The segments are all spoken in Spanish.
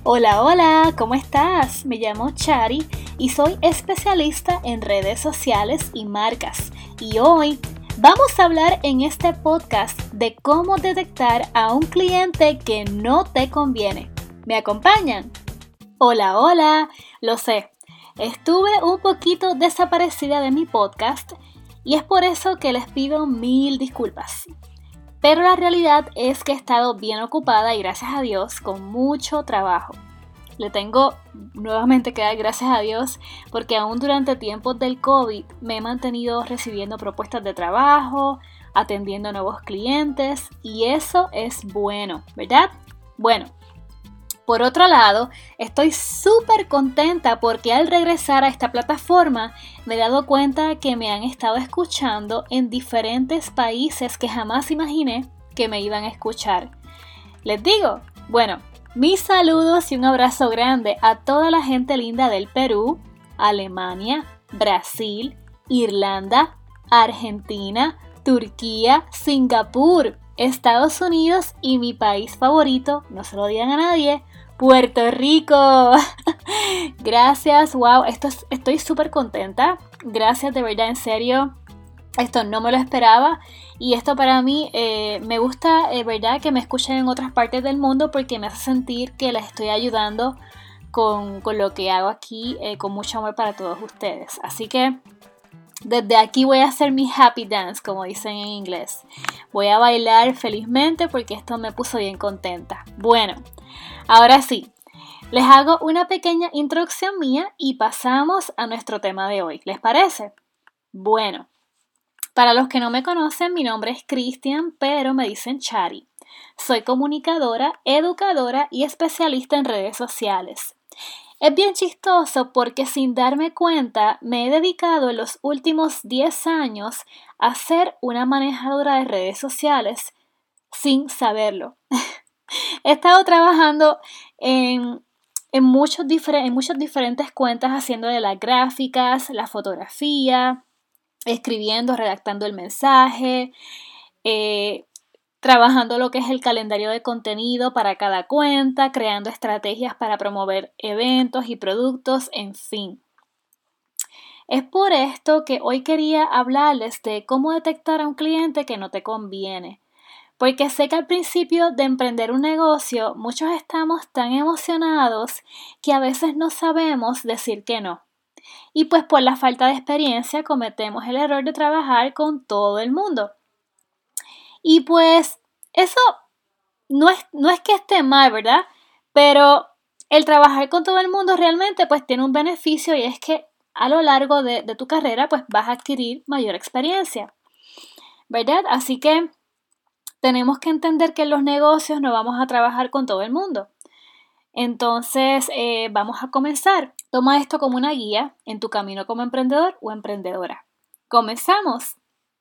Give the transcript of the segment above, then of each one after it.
Hola, hola, ¿cómo estás? Me llamo Chari y soy especialista en redes sociales y marcas. Y hoy vamos a hablar en este podcast de cómo detectar a un cliente que no te conviene. ¿Me acompañan? Hola, hola, lo sé. Estuve un poquito desaparecida de mi podcast y es por eso que les pido mil disculpas. Pero la realidad es que he estado bien ocupada y gracias a Dios con mucho trabajo. Le tengo nuevamente que dar gracias a Dios porque aún durante tiempos del COVID me he mantenido recibiendo propuestas de trabajo, atendiendo nuevos clientes y eso es bueno, ¿verdad? Bueno. Por otro lado, estoy súper contenta porque al regresar a esta plataforma me he dado cuenta que me han estado escuchando en diferentes países que jamás imaginé que me iban a escuchar. Les digo, bueno, mis saludos y un abrazo grande a toda la gente linda del Perú, Alemania, Brasil, Irlanda, Argentina, Turquía, Singapur, Estados Unidos y mi país favorito, no se lo digan a nadie, Puerto Rico. Gracias, wow, estoy súper contenta. Gracias, de verdad, en serio. Esto no me lo esperaba y esto para mí me gusta, verdad, que me escuchen en otras partes del mundo porque me hace sentir que les estoy ayudando con lo que hago aquí con mucho amor para todos ustedes. Así que desde aquí voy a hacer mi happy dance, como dicen en inglés. Voy a bailar felizmente porque esto me puso bien contenta. Bueno, ahora sí, les hago una pequeña introducción mía y pasamos a nuestro tema de hoy. ¿Les parece? Bueno, para los que no me conocen, mi nombre es Cristian, pero me dicen Chari. Soy comunicadora, educadora y especialista en redes sociales. Es bien chistoso porque sin darme cuenta me he dedicado en los últimos 10 años a ser una manejadora de redes sociales sin saberlo. He estado trabajando en muchas diferentes cuentas haciéndole las gráficas, la fotografía, escribiendo, redactando el mensaje, trabajando lo que es el calendario de contenido para cada cuenta, creando estrategias para promover eventos y productos, en fin. Es por esto que hoy quería hablarles de cómo detectar a un cliente que no te conviene. Porque sé que al principio de emprender un negocio muchos estamos tan emocionados que a veces no sabemos decir que no. Y pues por la falta de experiencia cometemos el error de trabajar con todo el mundo. Y pues eso no es que esté mal, ¿verdad? Pero el trabajar con todo el mundo realmente pues tiene un beneficio y es que a lo largo de tu carrera pues vas a adquirir mayor experiencia, ¿verdad? Así que tenemos que entender que en los negocios no vamos a trabajar con todo el mundo. Entonces vamos a comenzar. Toma esto como una guía en tu camino como emprendedor o emprendedora. Comenzamos.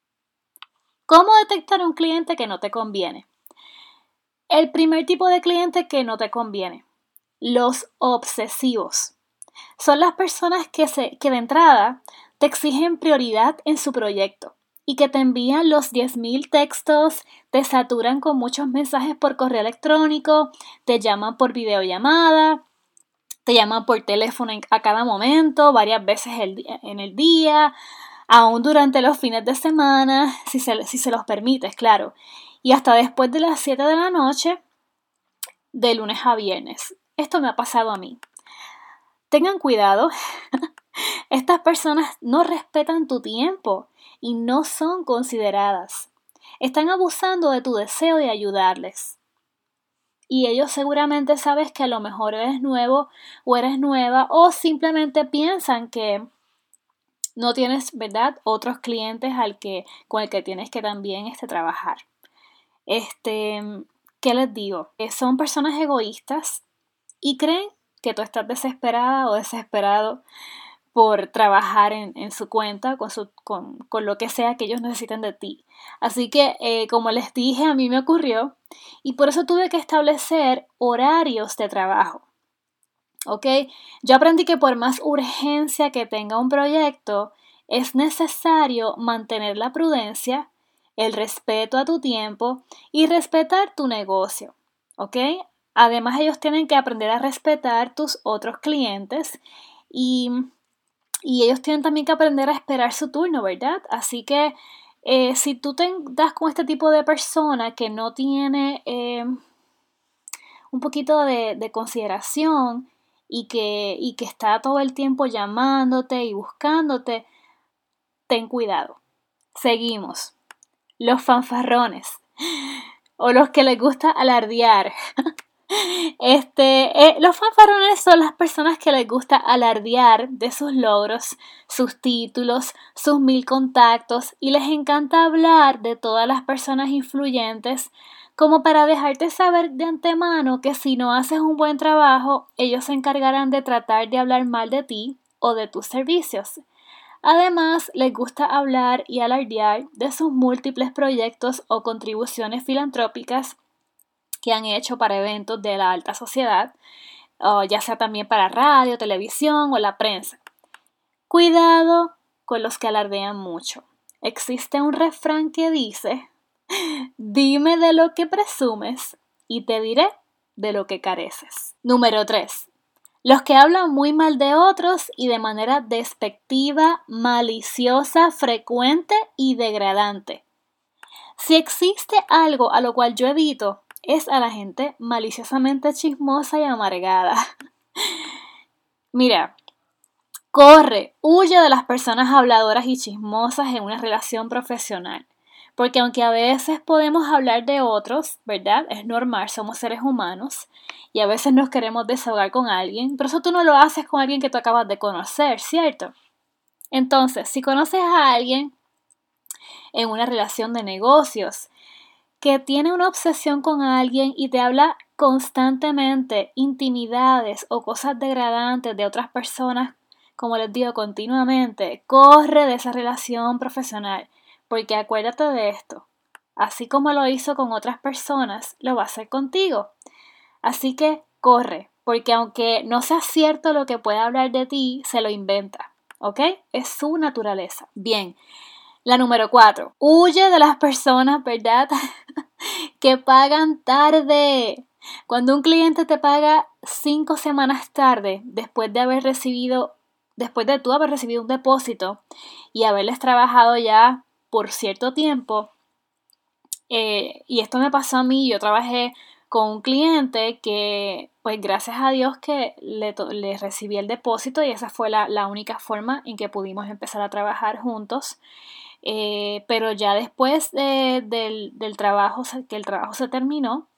¿Cómo detectar un cliente que no te conviene? El primer tipo de cliente que no te conviene, los obsesivos. Son las personas que de entrada te exigen prioridad en su proyecto y que te envían los 10.000 textos, te saturan con muchos mensajes por correo electrónico, te llaman por videollamada, te llaman por teléfono a cada momento, varias veces en el día, aún durante los fines de semana, si se los permites, claro. Y hasta después de las 7 de la noche, de lunes a viernes. Esto me ha pasado a mí. Tengan cuidado, estas personas no respetan tu tiempo y no son consideradas. Están abusando de tu deseo de ayudarles. Y ellos seguramente sabes que a lo mejor eres nuevo o eres nueva o simplemente piensan que no tienes, ¿verdad?, otros clientes con el que tienes que también trabajar. ¿Qué les digo? Son personas egoístas y creen que tú estás desesperada o desesperado por trabajar en su cuenta, con lo que sea que ellos necesiten de ti. Así que, como les dije, a mí me ocurrió y por eso tuve que establecer horarios de trabajo. ¿Ok? Yo aprendí que por más urgencia que tenga un proyecto, es necesario mantener la prudencia, el respeto a tu tiempo y respetar tu negocio. ¿Ok? Además, ellos tienen que aprender a respetar tus otros clientes y ellos tienen también que aprender a esperar su turno, ¿verdad? Así que si tú te das con este tipo de persona que no tiene un poquito de consideración y que está todo el tiempo llamándote y buscándote, ten cuidado. Seguimos. Los fanfarrones o los que les gusta alardear. Los fanfarrones son las personas que les gusta alardear de sus logros, sus títulos, sus 1000 contactos y les encanta hablar de todas las personas influyentes como para dejarte saber de antemano que si no haces un buen trabajo, ellos se encargarán de tratar de hablar mal de ti o de tus servicios. Además, les gusta hablar y alardear de sus múltiples proyectos o contribuciones filantrópicas que han hecho para eventos de la alta sociedad, o ya sea también para radio, televisión o la prensa. Cuidado con los que alardean mucho. Existe un refrán que dice: dime de lo que presumes y te diré de lo que careces. Número 3. Los que hablan muy mal de otros y de manera despectiva, maliciosa, frecuente y degradante. Si existe algo a lo cual yo evito, es a la gente maliciosamente chismosa y amargada. Mira, huye de las personas habladoras y chismosas en una relación profesional. Porque aunque a veces podemos hablar de otros, ¿verdad? Es normal, somos seres humanos y a veces nos queremos desahogar con alguien, pero eso tú no lo haces con alguien que tú acabas de conocer, ¿cierto? Entonces, si conoces a alguien en una relación de negocios que tiene una obsesión con alguien y te habla constantemente intimidades o cosas degradantes de otras personas, como les digo continuamente, corre de esa relación profesional. Porque acuérdate de esto, así como lo hizo con otras personas, lo va a hacer contigo. Así que corre, porque aunque no sea cierto lo que pueda hablar de ti, se lo inventa, ¿ok? Es su naturaleza. Bien, la número 4, huye de las personas, ¿verdad? que pagan tarde. Cuando un cliente te paga 5 semanas tarde, después de tú haber recibido un depósito y haberles trabajado ya por cierto tiempo, y esto me pasó a mí, yo trabajé con un cliente que, pues gracias a Dios que le recibí el depósito y esa fue la única forma en que pudimos empezar a trabajar juntos. Pero ya después del trabajo, que el trabajo se terminó,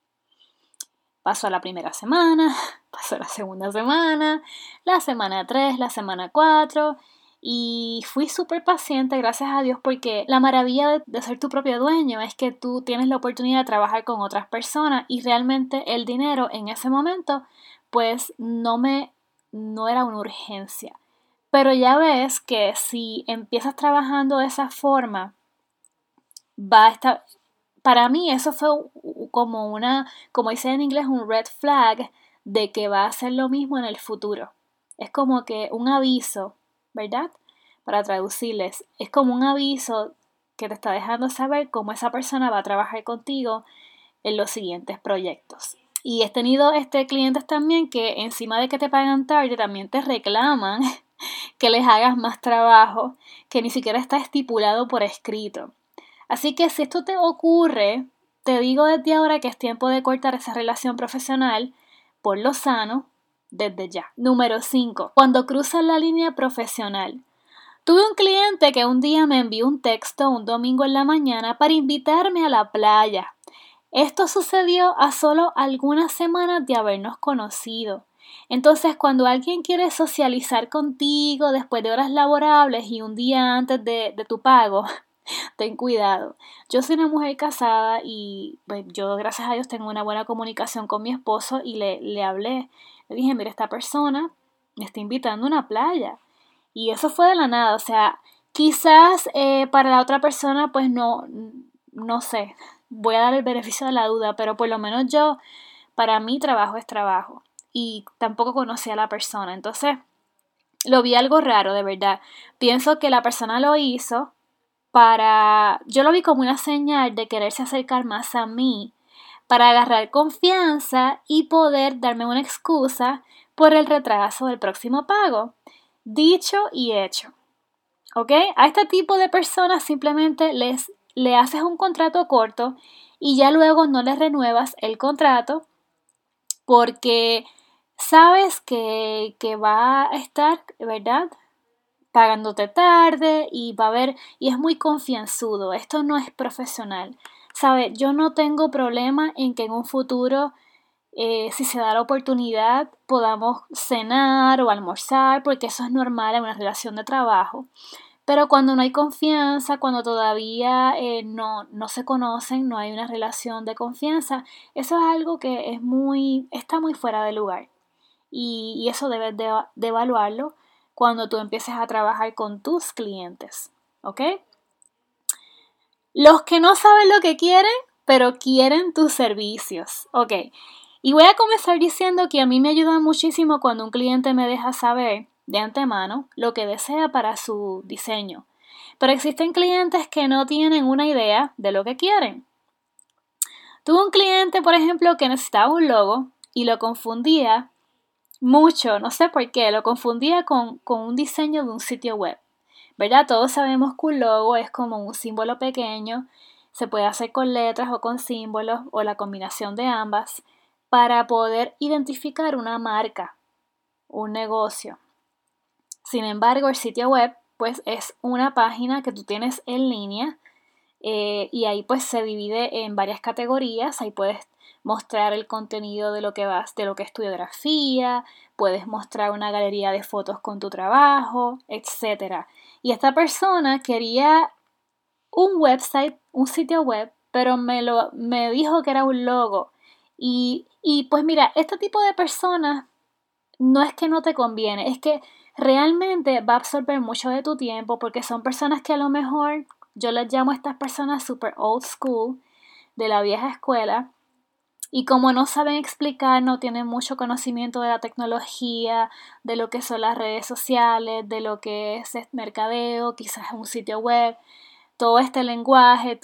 pasó la primera semana, pasó la segunda semana, la semana 3, la semana 4 y fui súper paciente, gracias a Dios, porque la maravilla de ser tu propio dueño es que tú tienes la oportunidad de trabajar con otras personas y realmente el dinero en ese momento pues no era una urgencia. Pero ya ves que si empiezas trabajando de esa forma, va a estar, para mí eso fue como dice en inglés, un red flag de que va a hacer lo mismo en el futuro. Es como que un aviso, ¿verdad? Para traducirles, es como un aviso que te está dejando saber cómo esa persona va a trabajar contigo en los siguientes proyectos. Y he tenido clientes también que encima de que te pagan tarde, también te reclaman que les hagas más trabajo que ni siquiera está estipulado por escrito. Así que si esto te ocurre, te digo desde ahora que es tiempo de cortar esa relación profesional por lo sano desde ya. Número 5. Cuando cruzas la línea profesional. Tuve un cliente que un día me envió un texto un domingo en la mañana para invitarme a la playa. Esto sucedió a solo algunas semanas de habernos conocido. Entonces, cuando alguien quiere socializar contigo después de horas laborables y un día antes de tu pago, ten cuidado. Yo soy una mujer casada y pues, yo, gracias a Dios, tengo una buena comunicación con mi esposo y le hablé. Le dije, mira, esta persona me está invitando a una playa. Y eso fue de la nada. O sea, quizás para la otra persona, pues no sé. Voy a dar el beneficio de la duda, pero por lo menos para mí, trabajo es trabajo. Y tampoco conocí a la persona. Entonces, lo vi algo raro, de verdad. Pienso que la persona lo hizo yo lo vi como una señal de quererse acercar más a mí para agarrar confianza y poder darme una excusa por el retraso del próximo pago. Dicho y hecho. ¿Ok? A este tipo de personas simplemente le haces un contrato corto y ya luego no les renuevas el contrato porque sabes que va a estar, ¿verdad?, pagándote tarde y va a haber, y es muy confianzudo. Esto no es profesional. ¿Sabe? Yo no tengo problema en que en un futuro, si se da la oportunidad, podamos cenar o almorzar, porque eso es normal en una relación de trabajo. Pero cuando no hay confianza, cuando todavía no se conocen, no hay una relación de confianza, eso es algo que está muy fuera de lugar. Y eso debes de evaluarlo cuando tú empieces a trabajar con tus clientes. ¿Ok? Los que no saben lo que quieren, pero quieren tus servicios. ¿Ok? Y voy a comenzar diciendo que a mí me ayuda muchísimo cuando un cliente me deja saber de antemano lo que desea para su diseño. Pero existen clientes que no tienen una idea de lo que quieren. Tuve un cliente, por ejemplo, que necesitaba un logo y lo confundía mucho, no sé por qué, lo confundía con un diseño de un sitio web. ¿Verdad? Todos sabemos que un logo es como un símbolo pequeño, se puede hacer con letras o con símbolos o la combinación de ambas para poder identificar una marca, un negocio. Sin embargo, el sitio web pues es una página que tú tienes en línea y ahí pues se divide en varias categorías. Ahí puedes mostrar el contenido de lo que es tu biografía, puedes mostrar una galería de fotos con tu trabajo, etc. Y esta persona quería un website, un sitio web, pero me dijo que era un logo. Y pues mira, este tipo de personas no es que no te conviene, es que realmente va a absorber mucho de tu tiempo porque son personas que a lo mejor, yo les llamo a estas personas super old school, de la vieja escuela, y como no saben explicar, no tienen mucho conocimiento de la tecnología, de lo que son las redes sociales, de lo que es mercadeo, quizás un sitio web, todo este lenguaje,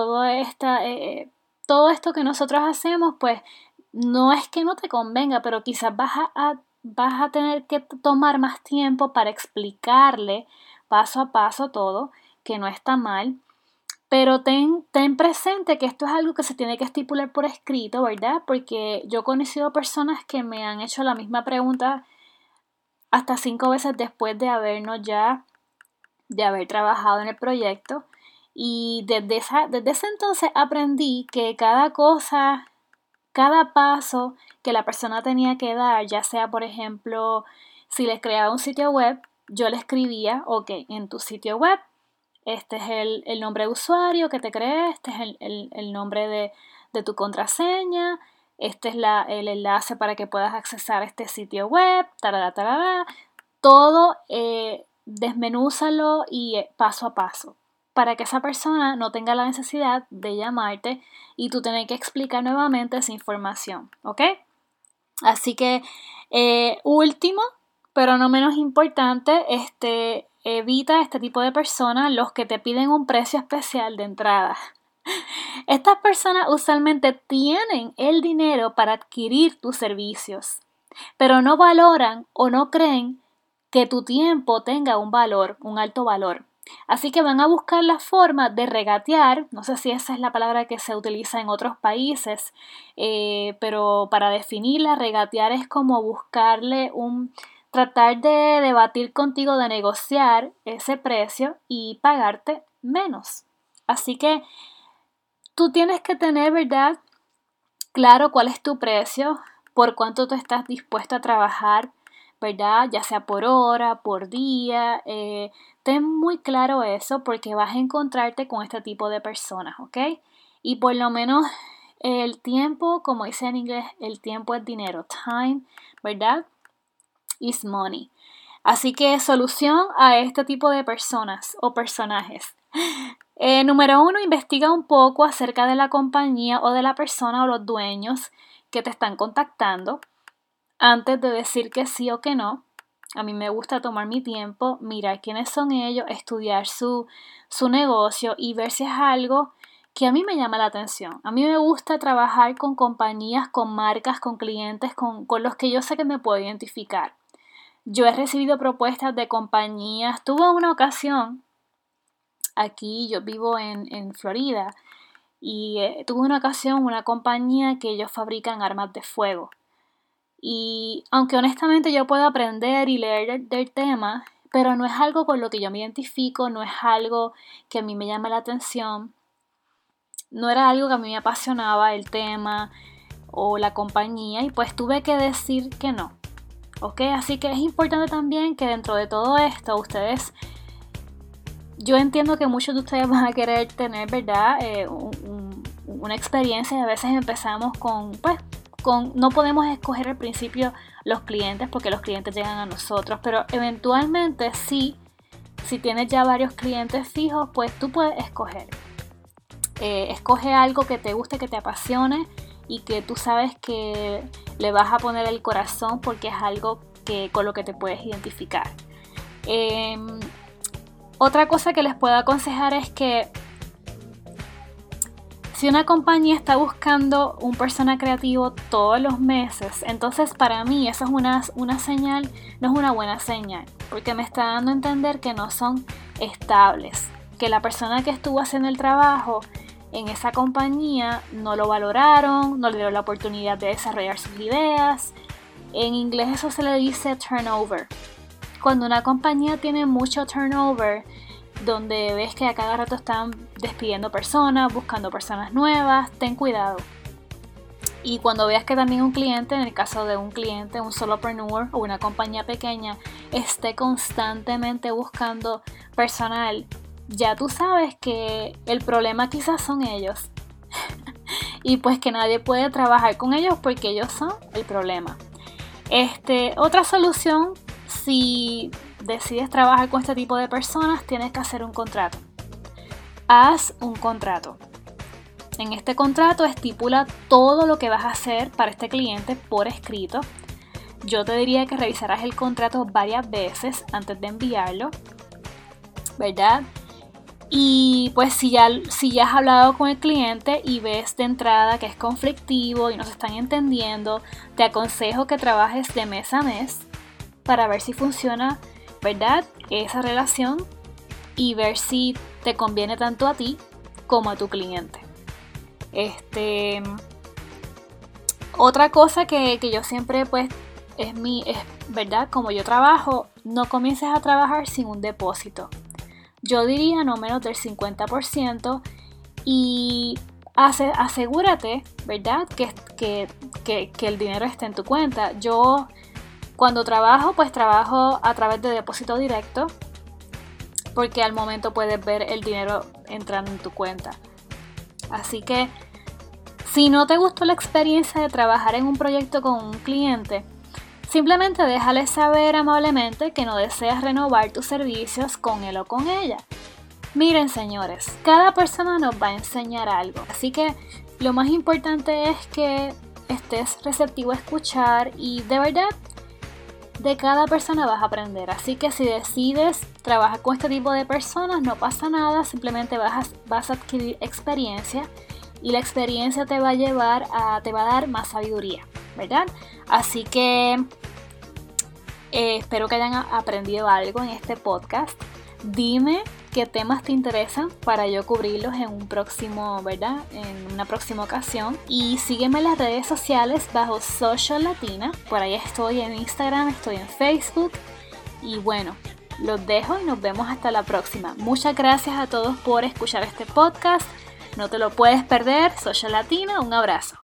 todo esto que nosotros hacemos, pues no es que no te convenga, pero quizás vas a tener que tomar más tiempo para explicarle paso a paso todo, que no está mal. Pero ten presente que esto es algo que se tiene que estipular por escrito, ¿verdad? Porque yo he conocido personas que me han hecho la misma pregunta hasta 5 veces después de haber trabajado en el proyecto. Y desde ese entonces aprendí que cada cosa, cada paso que la persona tenía que dar, ya sea, por ejemplo, si les creaba un sitio web, yo le escribía, ok, en tu sitio web, este es el nombre de usuario que te creé, este es el nombre de tu contraseña, este es el enlace para que puedas accesar a este sitio web, todo desmenúzalo y paso a paso, para que esa persona no tenga la necesidad de llamarte y tú tener que explicar nuevamente esa información, ¿ok? Así que, último, pero no menos importante, evita este tipo de personas, los que te piden un precio especial de entrada. Estas personas usualmente tienen el dinero para adquirir tus servicios, pero no valoran o no creen que tu tiempo tenga un valor, un alto valor. Así que van a buscar la forma de regatear, no sé si esa es la palabra que se utiliza en otros países, pero para definirla, regatear es como tratar de debatir contigo, de negociar ese precio y pagarte menos. Así que tú tienes que tener, ¿verdad?, claro cuál es tu precio, por cuánto tú estás dispuesto a trabajar, ¿verdad? Ya sea por hora, por día. Ten muy claro eso porque vas a encontrarte con este tipo de personas, ¿ok? Y por lo menos el tiempo, como dice en inglés, el tiempo es dinero. Time, ¿verdad? Is money. Así que solución a este tipo de personas o personajes. Número 1, investiga un poco acerca de la compañía o de la persona o los dueños que te están contactando antes de decir que sí o que no. A mí me gusta tomar mi tiempo, mirar quiénes son ellos, estudiar su negocio y ver si es algo que a mí me llama la atención. A mí me gusta trabajar con compañías, con marcas, con clientes, con los que yo sé que me puedo identificar. Yo he recibido propuestas de compañías. Tuve una ocasión, aquí yo vivo en Florida, y tuve una ocasión una compañía que ellos fabrican armas de fuego. Y aunque honestamente yo puedo aprender y leer del tema, pero no es algo con lo que yo me identifico, no es algo que a mí me llama la atención, no era algo que a mí me apasionaba el tema o la compañía, y pues tuve que decir que no. ¿Ok? Así que es importante también que dentro de todo esto ustedes, yo entiendo que muchos de ustedes van a querer tener, ¿verdad? Una experiencia, y a veces empezamos no podemos escoger al principio los clientes porque los clientes llegan a nosotros, pero eventualmente si tienes ya varios clientes fijos, pues tú puedes escoger. Escoge algo que te guste, que te apasione y que tú sabes que le vas a poner el corazón porque es algo con lo que te puedes identificar. Otra cosa que les puedo aconsejar es que si una compañía está buscando un persona creativo todos los meses, entonces para mí eso es una señal, no es una buena señal, porque me está dando a entender que no son estables, que la persona que estuvo haciendo el trabajo en esa compañía no lo valoraron, no le dieron la oportunidad de desarrollar sus ideas. En inglés eso se le dice turnover. Cuando una compañía tiene mucho turnover, donde ves que a cada rato están despidiendo personas, buscando personas nuevas, ten cuidado. Y cuando veas que también un cliente, en el caso de un cliente, un solopreneur o una compañía pequeña, esté constantemente buscando personal, ya tú sabes que el problema quizás son ellos. Y pues que nadie puede trabajar con ellos porque ellos son el problema. Otra solución, si decides trabajar con este tipo de personas, tienes que hacer un contrato. Haz un contrato. En este contrato estipula todo lo que vas a hacer para este cliente por escrito. Yo te diría que revisarás el contrato varias veces antes de enviarlo, ¿verdad? Y pues si ya has hablado con el cliente y ves de entrada que es conflictivo y no se están entendiendo, te aconsejo que trabajes de mes a mes para ver si funciona, ¿verdad?, esa relación y ver si te conviene tanto a ti como a tu cliente. Otra cosa que yo siempre pues es verdad, como yo trabajo, no comiences a trabajar sin un depósito. Yo diría no menos del 50% y asegúrate, ¿verdad?, que el dinero esté en tu cuenta. Yo cuando trabajo, pues trabajo a través de depósito directo porque al momento puedes ver el dinero entrando en tu cuenta. Así que si no te gustó la experiencia de trabajar en un proyecto con un cliente, simplemente déjale saber amablemente que no deseas renovar tus servicios con él o con ella. Miren, señores, cada persona nos va a enseñar algo, así que lo más importante es que estés receptivo a escuchar y de verdad de cada persona vas a aprender. Así que si decides trabajar con este tipo de personas, no pasa nada, simplemente vas a adquirir experiencia y la experiencia te va a dar más sabiduría, ¿verdad? Así que espero que hayan aprendido algo en este podcast. Dime qué temas te interesan para yo cubrirlos en un próximo, ¿verdad?, en una próxima ocasión. Y sígueme en las redes sociales bajo Social Latina. Por ahí estoy en Instagram, estoy en Facebook. Y bueno, los dejo y nos vemos hasta la próxima. Muchas gracias a todos por escuchar este podcast. No te lo puedes perder. Social Latina, un abrazo.